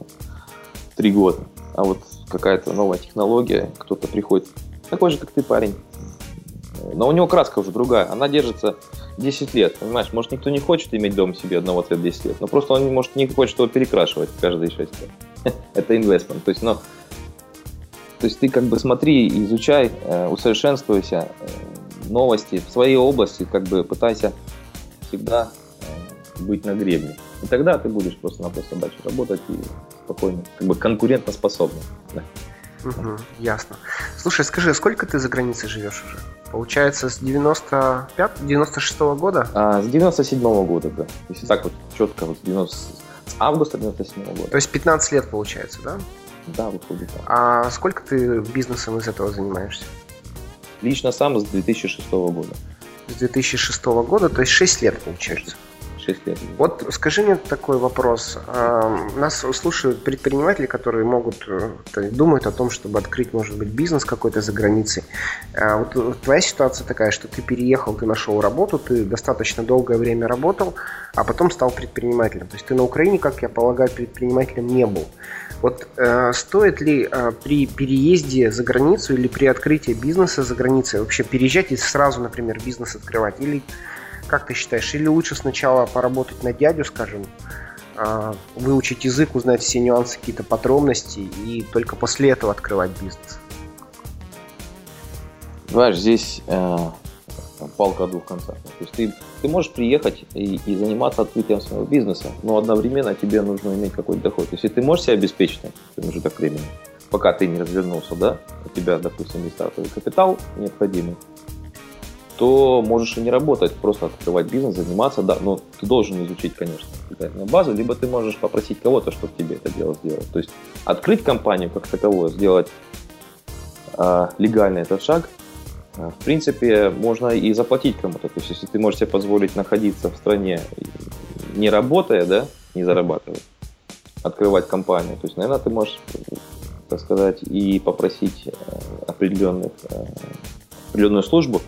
три года. А вот какая-то новая технология, кто-то приходит, такой же, как ты, парень, но у него краска уже другая, она держится десять лет, понимаешь, может никто не хочет иметь дом себе одного цвета десять лет, но просто он может не хочет его перекрашивать каждые шесть лет. Это инвестмент, то есть, но, то есть ты как бы смотри, изучай, усовершенствуйся, новости в своей области, как бы пытайся всегда быть на гребне. И тогда ты будешь просто-напросто дальше работать и спокойно, как бы конкурентоспособным. Да. Угу, ясно. Слушай, скажи, сколько ты за границей живешь уже? Получается, с девяносто пятого, девяносто шестого года? А, с девяносто седьмого года, да. Если так вот четко, вот с, девяносто, с августа девяносто седьмого года. То есть пятнадцать лет получается, да? Да, выходит. Да. А сколько ты бизнесом из этого занимаешься? Лично сам с две тысячи шестого года. С две тысячи шестого года, то есть шесть лет получается. шесть лет. Вот скажи мне такой вопрос. Нас слушают предприниматели, которые могут, думают о том, чтобы открыть, может быть, бизнес какой-то за границей. Вот твоя ситуация такая, что ты переехал, ты нашел работу, ты достаточно долгое время работал, а потом стал предпринимателем. То есть ты на Украине, как я полагаю, предпринимателем не был. Вот э, стоит ли э, при переезде за границу или при открытии бизнеса за границей вообще переезжать и сразу, например, бизнес открывать? Или как ты считаешь, или лучше сначала поработать на дядю, скажем, э, выучить язык, узнать все нюансы, какие-то подробности и только после этого открывать бизнес? Знаешь, здесь э, палка о двух концах. То есть ты, ты можешь приехать и, и заниматься открытием своего бизнеса, но одновременно тебе нужно иметь какой-то доход. Если ты можешь себя обеспечить в промежуток времени, пока ты не развернулся, да, у тебя, допустим, есть стартовый капитал необходимый, то можешь и не работать, просто открывать бизнес, заниматься, да, но ты должен изучить, конечно, капитальную базу, либо ты можешь попросить кого-то, чтобы тебе это дело сделать. То есть открыть компанию как таковую, сделать э, легальный этот шаг, в принципе, можно и заплатить кому-то. То есть, если ты можешь себе позволить находиться в стране, не работая, да, не зарабатывая, открывать компанию, то есть, наверное, ты можешь, так сказать, и попросить определенных, определенную службу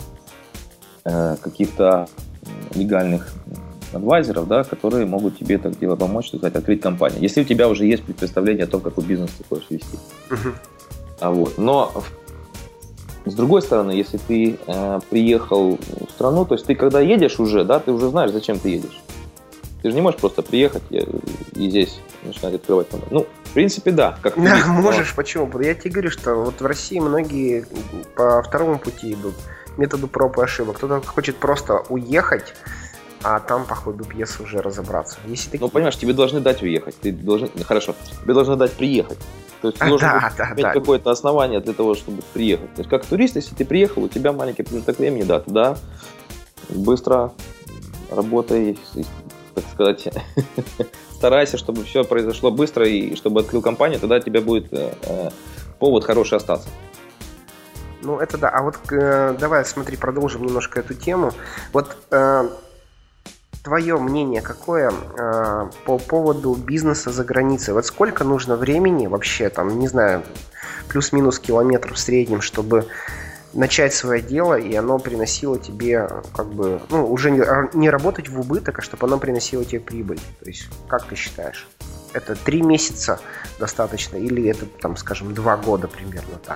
каких-то легальных адвайзеров, да, которые могут тебе это дело помочь, так сказать, открыть компанию. Если у тебя уже есть представление о том, какой бизнес ты хочешь вести. Uh-huh. А вот. Но с другой стороны, если ты э, приехал в страну, то есть ты когда едешь уже, да, ты уже знаешь, зачем ты едешь. Ты же не можешь просто приехать и, и здесь начинать открывать номер. Ну, в принципе, да. Как да, турист, можешь, но... почему? Я тебе говорю, что вот в России многие по второму пути идут, методу проб и ошибок. Кто-то хочет просто уехать, а там по ходу пьесы уже разобраться. Если такие... Ну, понимаешь, тебе должны дать уехать. Ты должен... Хорошо, тебе должны дать приехать. То есть ты а, должен да, да, иметь да. какое-то основание для того, чтобы приехать. То есть как турист, если ты приехал, у тебя маленький промежуток времени, да, туда быстро работай, так сказать, старайся, чтобы все произошло быстро и чтобы открыл компанию, тогда у тебя будет э, повод хороший остаться. Ну, это да. А вот э, давай, смотри, продолжим немножко эту тему. Вот э, твое мнение какое э, по поводу бизнеса за границей? Вот сколько нужно времени вообще, там, не знаю, плюс-минус километров в среднем, чтобы начать свое дело, и оно приносило тебе, как бы, ну, уже не, не работать в убыток, а чтобы оно приносило тебе прибыль. То есть, как ты считаешь? Это три месяца достаточно, или это, там, скажем, два года примерно так?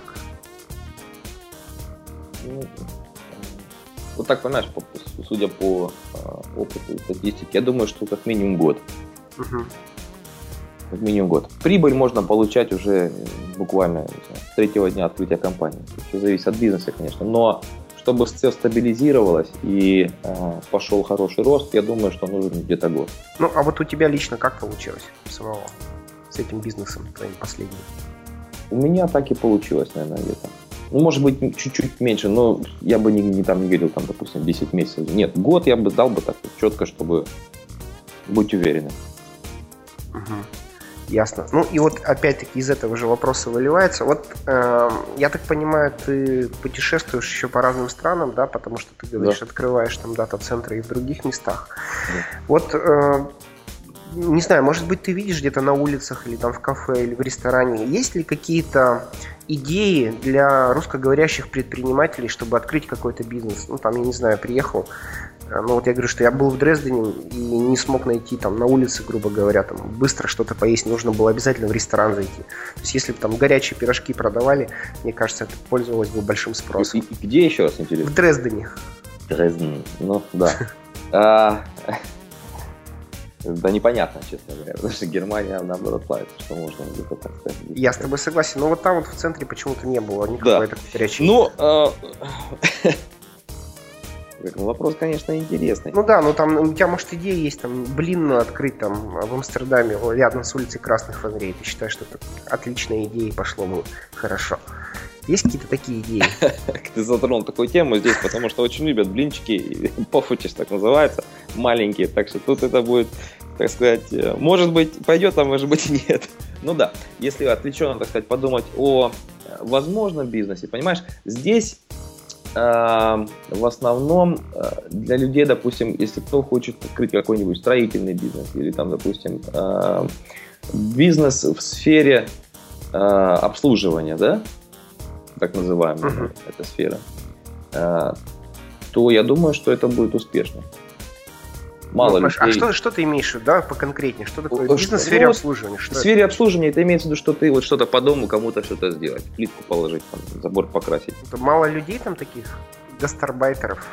Ну, вот так, понимаешь, по, судя по э, опыту и статистике, я думаю, что как минимум год. Угу. Как минимум год. Прибыль можно получать уже буквально знаю, с третьего дня открытия компании. Все зависит от бизнеса, конечно. Но чтобы все стабилизировалось и э, пошел хороший рост, я думаю, что нужен где-то год. Ну, а вот у тебя лично как получилось самого с этим бизнесом твоим последним? У меня так и получилось, наверное, где-то. Ну, может быть, чуть-чуть меньше, но я бы не, не, там, не говорил, там, допустим, десять месяцев. Нет, год я бы дал бы так четко, чтобы быть уверенным. Угу. Ясно. Ну и вот опять-таки из этого же вопроса выливается. Вот э, я так понимаю, ты путешествуешь еще по разным странам, да, потому что ты говоришь, да. Открываешь там дата-центры и в других местах. Да. Вот э, не знаю, может быть, ты видишь где-то на улицах или там в кафе или в ресторане, есть ли какие-то идеи для русскоговорящих предпринимателей, чтобы открыть какой-то бизнес? Ну там, я не знаю, приехал. Ну вот я говорю, что я был в Дрездене и не смог найти там на улице, грубо говоря, там быстро что-то поесть, нужно было обязательно в ресторан зайти. То есть если бы там горячие пирожки продавали, мне кажется, это пользовалось бы большим спросом. И, и где еще раз интересно? В Дрездене. Дрезден, ну да. а, да непонятно, честно говоря, потому что Германия наоборот славится, что можно где-то так сказать. Я с тобой согласен, но вот там вот в центре почему-то не было никакой такой горячей. Ну, вопрос, конечно, интересный. Ну да, ну там у тебя, может, идея есть, там, блин, открыть там в Амстердаме рядом с улицей Красных Фонарей. Ты считаешь, что это отличная идея и пошло бы хорошо? Есть какие-то такие идеи? Ты затронул такую тему здесь, потому что очень любят блинчики, пофутиш так называется, маленькие. Так что тут это будет, так сказать, может быть пойдет, а может быть и нет. Ну да, если отвлеченно, так сказать, подумать о возможном бизнесе, понимаешь, здесь в основном для людей, допустим, если кто хочет открыть какой-нибудь строительный бизнес или там, допустим, бизнес в сфере обслуживания, да, так называемая uh-huh. эта сфера, то я думаю, что это будет успешно. Мало ну, людей... А что, что ты имеешь в виду, да, поконкретнее? Что такое бизнес в сфере ну, обслуживания? Что в сфере это? обслуживания это имеется в виду, что ты вот что-то по дому кому-то что-то сделать, плитку положить, там, забор покрасить. Это мало людей там таких гастарбайтеров?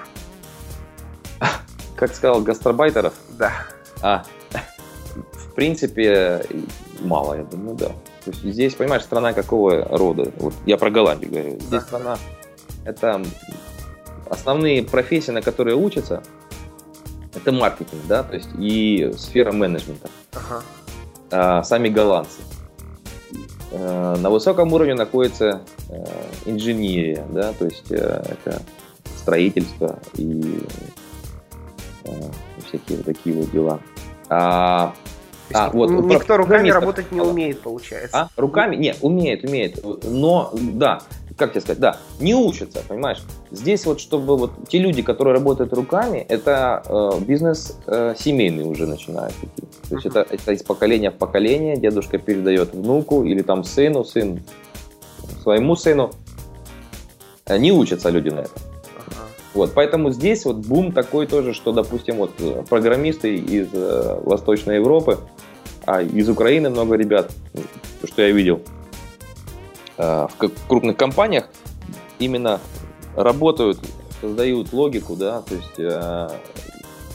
Как сказал, гастарбайтеров? Да. А, в принципе, мало, я думаю, да. То есть здесь, понимаешь, страна какого рода? Вот я про Голландию говорю. Здесь да. Страна, это основные профессии, на которые учатся, это маркетинг, да, то есть и сфера менеджмента. Ага. А, сами голландцы. А, на высоком уровне находится а, инженерия, да, то есть а, это строительство и а, всякие вот такие вот дела. А, а, вот, никто руками работать не умеет, получается. А? Руками? Нет, умеет, умеет. Но, да, как тебе сказать, да, не учатся, понимаешь? Здесь вот, чтобы вот те люди, которые работают руками, это э, бизнес э, семейный уже начинает идти. То есть uh-huh. это, это из поколения в поколение, дедушка передает внуку или там сыну, сын своему сыну. Не учатся люди на это. Uh-huh. Вот, поэтому здесь вот бум такой тоже, что, допустим, вот программисты из э, Восточной Европы, а из Украины много ребят, то, что я видел, э, в крупных компаниях именно работают, создают логику, да, то есть э,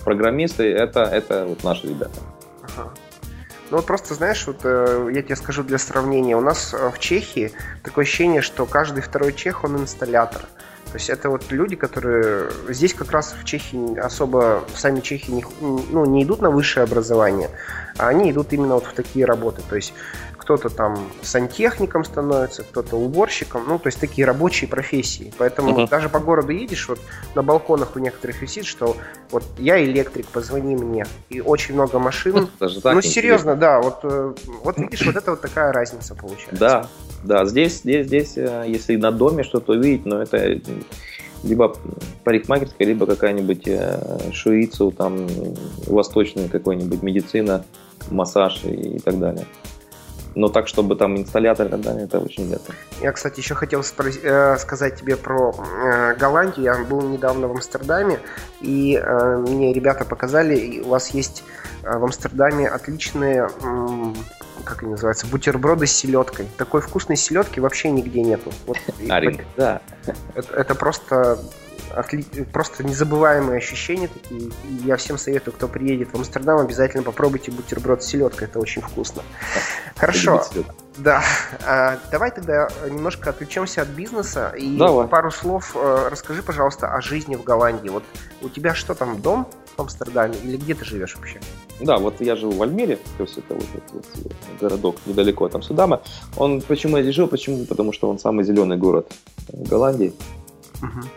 программисты, это, это вот наши ребята. Ага. Ну вот просто, знаешь, вот э, я тебе скажу для сравнения, у нас э, в Чехии такое ощущение, что каждый второй чех, он инсталлятор. То есть это вот люди, которые здесь как раз в Чехии особо, сами чехи не, ну, не идут на высшее образование, а они идут именно вот в такие работы. То есть кто-то там сантехником становится, кто-то уборщиком, ну, то есть такие рабочие профессии. Поэтому uh-huh. даже по городу едешь, вот на балконах у некоторых висит, что вот я электрик, позвони мне. И очень много машин. Даже так ну, серьезно, да, вот, вот видишь, вот это вот такая разница получается. Да, да, здесь, здесь, здесь, если на доме что-то увидеть, но это либо парикмахерская, либо какая-нибудь шуицу, там, восточная какой-нибудь медицина, массаж и так далее. Но так, чтобы там инсталлятор и так далее, это очень редко. Я, кстати, еще хотел спрос- э, сказать тебе про э, Голландию. Я был недавно в Амстердаме, и э, мне ребята показали, и у вас есть э, в Амстердаме отличные, э, как они называются, бутерброды с селедкой. Такой вкусной селедки вообще нигде нету. Вот, Арик, да. Это, это просто... Просто незабываемые ощущения такие. И я всем советую, кто приедет в Амстердам, обязательно попробуйте бутерброд с селедкой. Это очень вкусно. Хорошо. Да. А, давай тогда немножко отвлечемся от бизнеса и давай. Пару слов расскажи, пожалуйста, о жизни в Голландии. Вот у тебя что там, дом в Амстердаме или где ты живешь вообще? Да, вот я живу в Альмере, то есть это вот этот вот городок недалеко от Амстердама. Он, почему я здесь жил? Почему? Потому что он самый зеленый город Голландии. Угу.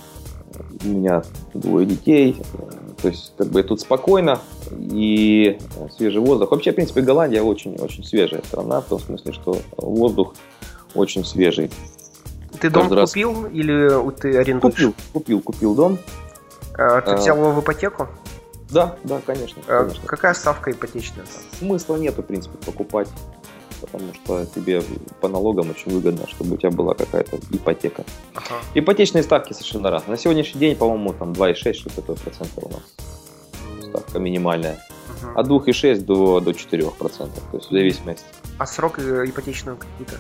У меня двое детей, то есть как бы тут спокойно и свежий воздух. Вообще, в принципе, Голландия очень-очень свежая страна, в том смысле, что воздух очень свежий. Ты дом Каждый купил раз... или ты арендуешь? Купил, купил, купил дом. А, ты взял его в ипотеку? Да, да, конечно. А, конечно. Какая ставка ипотечная? Смысла нету, в принципе, покупать. Потому что тебе по налогам очень выгодно, чтобы у тебя была какая-то ипотека. Ага. Ипотечные ставки совершенно разные. На сегодняшний день, по-моему, там два и шесть что-то такое процента у нас. Ставка минимальная. Ага. От двух и шесть до, до четырёх процентов. То есть в зависимости. А срок ипотечного кредита?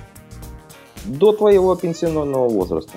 До твоего пенсионного возраста.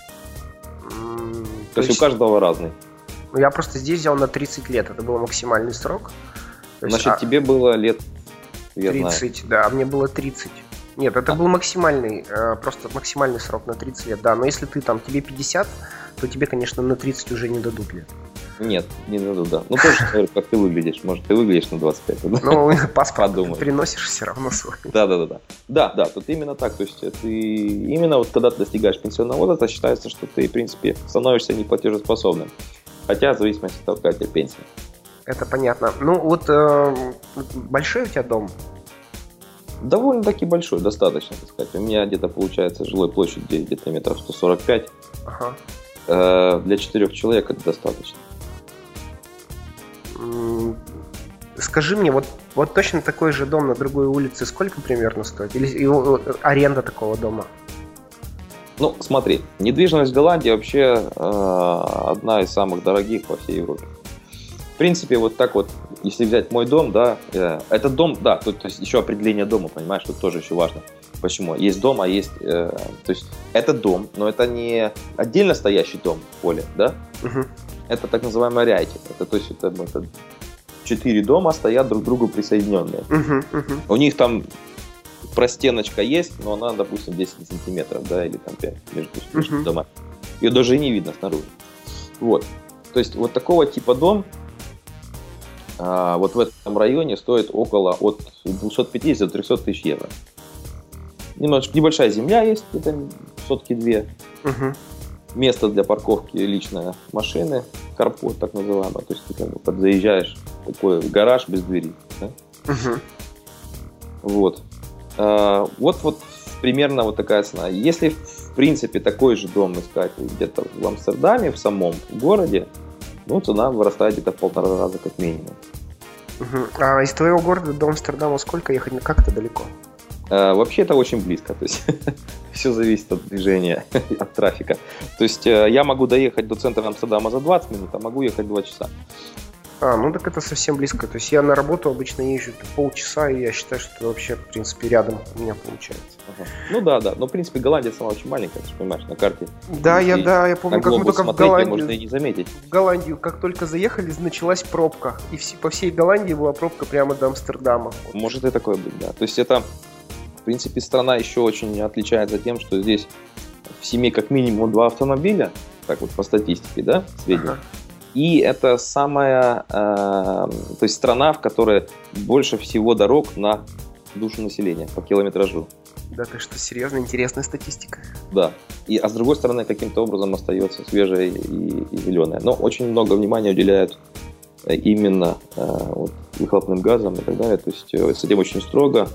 Mm, то, то есть, есть у каждого разный. Ну, я просто здесь взял на тридцать лет. Это был максимальный срок. То Значит, есть, а... тебе было лет... Я тридцать, знаю. Да, а мне было тридцать. Нет, это а. был максимальный, просто максимальный срок на тридцать лет, да. Но если ты там, тебе пятьдесят, то тебе, конечно, на тридцать уже не дадут лет. Нет, не дадут, да. Ну, тоже смотрю, как ты выглядишь. Может, ты выглядишь на двадцать пять, да? Ну, паспорт приносишь все равно свой. Да, да, да, да. Да, да, тут именно так. То есть, ты именно вот когда ты достигаешь пенсионного возраста, считается, что ты, в принципе, становишься неплатежеспособным. Хотя, в зависимости от того, какая у тебя пенсия. Это понятно. Ну, вот э, большой у тебя дом? Довольно-таки большой, достаточно, так сказать. У меня где-то получается жилой площадь где-то метров сто сорок пять. Ага. Э, для четырех человек это достаточно. Скажи мне, вот, вот точно такой же дом на другой улице сколько примерно стоит? Или его, аренда такого дома? Ну, смотри, недвижимость в Голландии вообще э, одна из самых дорогих во всей Европе. В принципе, вот так вот, если взять мой дом, да, э, этот дом, да, тут, то есть еще определение дома, понимаешь, тут тоже еще важно. Почему? Есть дом, а есть, э, то есть это дом, но это не отдельно стоящий дом в поле, да? Угу. Это так называемый ряйти. Это, то есть это, это четыре дома стоят друг к другу присоединенные. Угу, угу. У них там простеночка есть, но она, допустим, десять сантиметров, да, или там пять между, между uh-huh. домами. Ее даже и не видно снаружи. Вот. То есть вот такого типа дом а, вот в этом районе стоит около от двухсот пятидесяти до трехсот тысяч евро. Немножечко небольшая земля есть, где-то сотки две. Uh-huh. Место для парковки личной машины, карпот так называемый. То есть ты как бы подзаезжаешь в такой гараж без двери. Да? Uh-huh. Вот. Uh, вот, вот примерно вот такая цена. Если в принципе такой же дом искать где-то в Амстердаме, в самом городе, ну цена вырастает где-то в полтора раза как минимум. Uh-huh. А из твоего города до Амстердама сколько ехать? Как это далеко? Uh, вообще это очень близко, то есть все зависит от движения, от трафика. То есть uh, я могу доехать до центра Амстердама за двадцать минут, а могу ехать два часа. А, ну так это совсем близко. То есть я на работу обычно езжу полчаса, и я считаю, что это вообще, в принципе, рядом у меня получается. Ага. Ну да, да. Но, в принципе, Голландия сама очень маленькая, ты же понимаешь, на карте. Да, я, да, я помню, как мы только в Голландию... можно и не заметить. В Голландию, как только заехали, началась пробка. И все, по всей Голландии была пробка прямо до Амстердама. Вот. Может и такое быть, да. То есть это, в принципе, страна еще очень отличается тем, что здесь в семье как минимум два автомобиля, так вот по статистике, да, среднем. Ага. И это самая, э, то есть страна, в которой больше всего дорог на душу населения по километражу. Да ты что, серьезно, интересная статистика. Да. И, а с другой стороны, каким-то образом остается свежая и, и зеленая. Но очень много внимания уделяют именно э, вот, выхлопным газам и так далее. То есть э, с этим очень строго.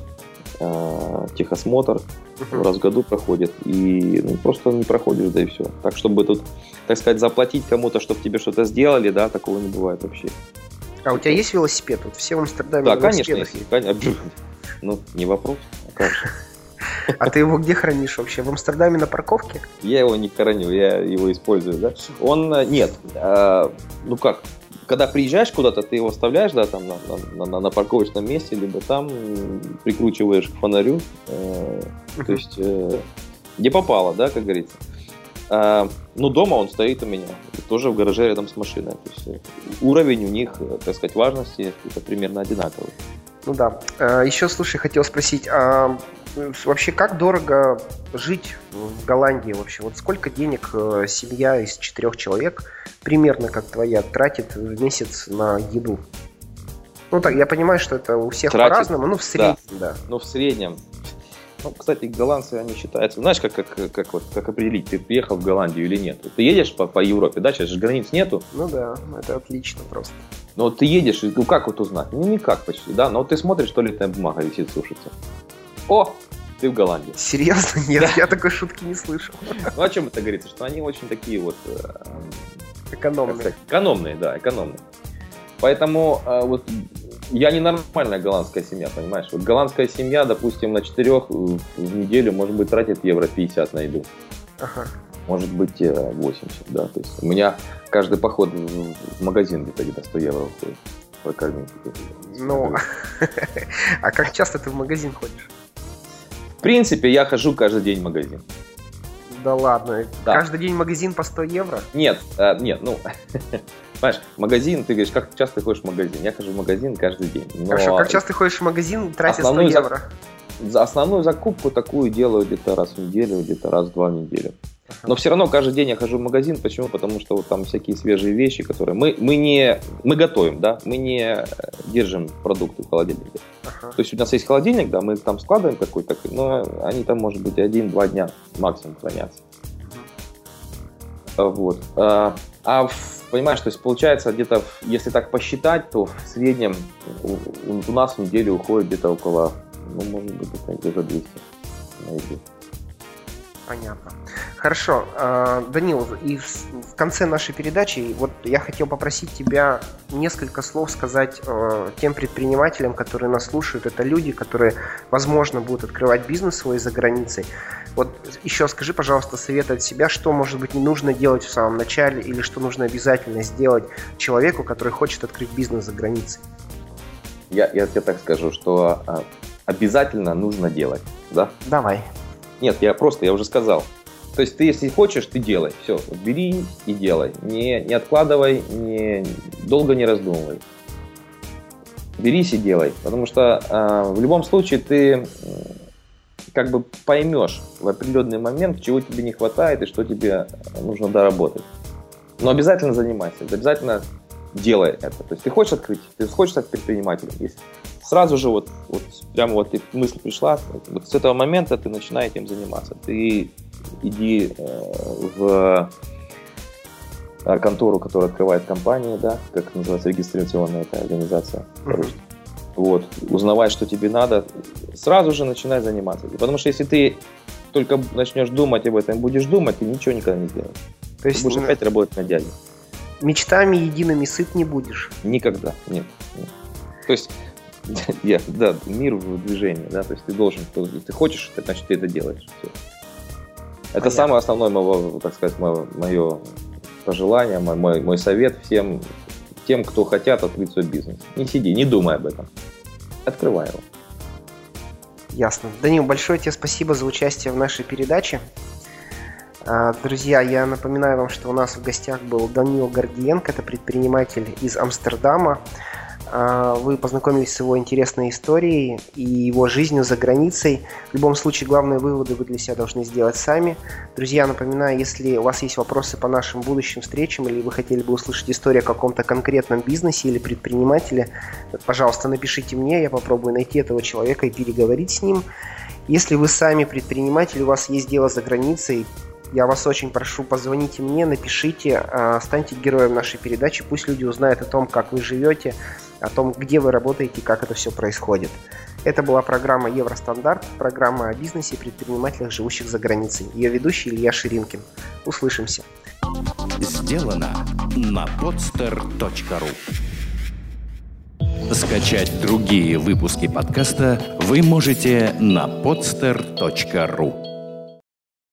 Э, техосмотр uh-huh. раз в году проходит. И ну, просто не проходишь, да и все. Так, чтобы тут, так сказать, заплатить кому-то, чтобы тебе что-то сделали, да, такого не бывает вообще. А у тебя есть велосипед? Вот все в Амстердаме. Да, конечно, есть. Конечно. Ну, не вопрос. А как же? А ты его где хранишь вообще? В Амстердаме на парковке? Я его не храню, я его использую, да. Он, нет, э, ну как, когда приезжаешь куда-то, ты его оставляешь, да, там на, на, на, на парковочном месте, либо там прикручиваешь к фонарю, э, uh-huh. то есть э, где попало, да, как говорится. Э, ну, дома он стоит у меня, тоже в гараже рядом с машиной. То есть э, уровень у них, так сказать, важности это примерно одинаковый. Ну да. Еще, слушай, хотел спросить, а вообще как дорого жить в Голландии вообще? Вот сколько денег семья из четырех человек, примерно как твоя, тратит в месяц на еду? Ну так, я понимаю, что это у всех тратит, по-разному, ну в среднем, да. да. Ну в среднем. Ну, кстати, голландцы, они считаются, знаешь, как, как, как, вот, как определить, ты приехал в Голландию или нет? Ты едешь по, по Европе, да, сейчас же границ нету. Ну да, это отлично просто. Ну вот ты едешь, ну как вот узнать? Ну никак почти, да, но вот ты смотришь, туалетная бумага висит, сушится. О, ты в Голландии. Серьезно? Нет, я такой шутки не слышал. Ну о чем это говорится? Что они очень такие вот... Экономные. Экономные, да, экономные. Поэтому вот... Я не нормальная голландская семья, понимаешь? Вот голландская семья, допустим, на четырех в неделю, может быть, тратит евро пятьдесят на еду. Ага. Может быть, восемьдесят, да. То есть у меня каждый поход в магазин где-то где-то сто евро уходит. Прокормить. Ну, а как часто ты в магазин ходишь? В принципе, я хожу каждый день в магазин. Да ладно, да. Каждый день в магазин по сто евро? Нет, э, нет, ну, понимаешь, магазин, ты говоришь, как часто ты ходишь в магазин? Я хожу в магазин каждый день. Но хорошо, как часто ты ходишь в магазин, тратя сто евро? За основную закупку такую делаю где-то раз в неделю, где-то раз в два в неделю. Ага. Но все равно каждый день я хожу в магазин. Почему? Потому что вот там всякие свежие вещи, которые мы, мы не мы готовим, да, мы не держим продукты в холодильнике. Ага. То есть у нас есть холодильник, да, мы там складываем какой-то, но они там, может быть, один-два дня максимум хранятся. Ага. Вот. А, а понимаешь, то есть получается где-то, если так посчитать, то в среднем у, у нас в неделю уходит где-то около, ну, может быть, где-то двести на еду. Понятно. Хорошо. Данил, и в конце нашей передачи вот я хотел попросить тебя несколько слов сказать тем предпринимателям, которые нас слушают. Это люди, которые, возможно, будут открывать бизнес свой за границей. Вот еще скажи, пожалуйста, совет от себя, что, может быть, не нужно делать в самом начале или что нужно обязательно сделать человеку, который хочет открыть бизнес за границей. Я, я тебе так скажу, что обязательно нужно делать, да? Давай. Нет, я просто, я уже сказал. То есть ты, если хочешь, ты делай. Все, бери и делай. Не, не откладывай, не, долго не раздумывай. Берись и делай. Потому что э, в любом случае ты э, как бы поймешь в определенный момент, чего тебе не хватает и что тебе нужно доработать. Но обязательно занимайся, обязательно делай это. То есть ты хочешь открыть, ты хочешь стать предпринимателем. Если сразу же вот, вот прямо вот мысль пришла, вот с этого момента ты начинаешь этим заниматься. Ты иди э, в контору, которая открывает компании, да, как называется, регистрационная эта организация. Mm-hmm. Вот, узнавай, что тебе надо, сразу же начинай заниматься. Потому что если ты только начнешь думать об этом, будешь думать, ты ничего никогда не сделаешь. То есть ты будешь опять работать на дядю. Мечтами едиными сыт не будешь? Никогда, нет. нет. То есть я, да, мир в движении, да, то есть ты должен, если ты хочешь, значит ты это делаешь. Все. Это Понятно. Самое основное, мое, так сказать, мое, мое пожелание, мой, мой совет всем тем, кто хотят открыть свой бизнес. Не сиди, не думай об этом. Открывай его. Ясно. Данил, большое тебе спасибо за участие в нашей передаче. Друзья, я напоминаю вам, что у нас в гостях был Данил Гордиенко, это предприниматель из Амстердама. Вы познакомились с его интересной историей и его жизнью за границей. В любом случае, главные выводы вы для себя должны сделать сами. Друзья, напоминаю, если у вас есть вопросы по нашим будущим встречам или вы хотели бы услышать историю о каком-то конкретном бизнесе или предпринимателе, пожалуйста, напишите мне, я попробую найти этого человека и переговорить с ним. Если вы сами предприниматель, у вас есть дело за границей, я вас очень прошу, позвоните мне, напишите, станьте героем нашей передачи, пусть люди узнают о том, как вы живете, о том, где вы работаете, как это все происходит. Это была программа «Евростандарт», программа о бизнесе и предпринимателях, живущих за границей. Ее ведущий Илья Ширинкин. Услышимся. Сделано на podster точка ру. Скачать другие выпуски подкаста вы можете на podster точка ру.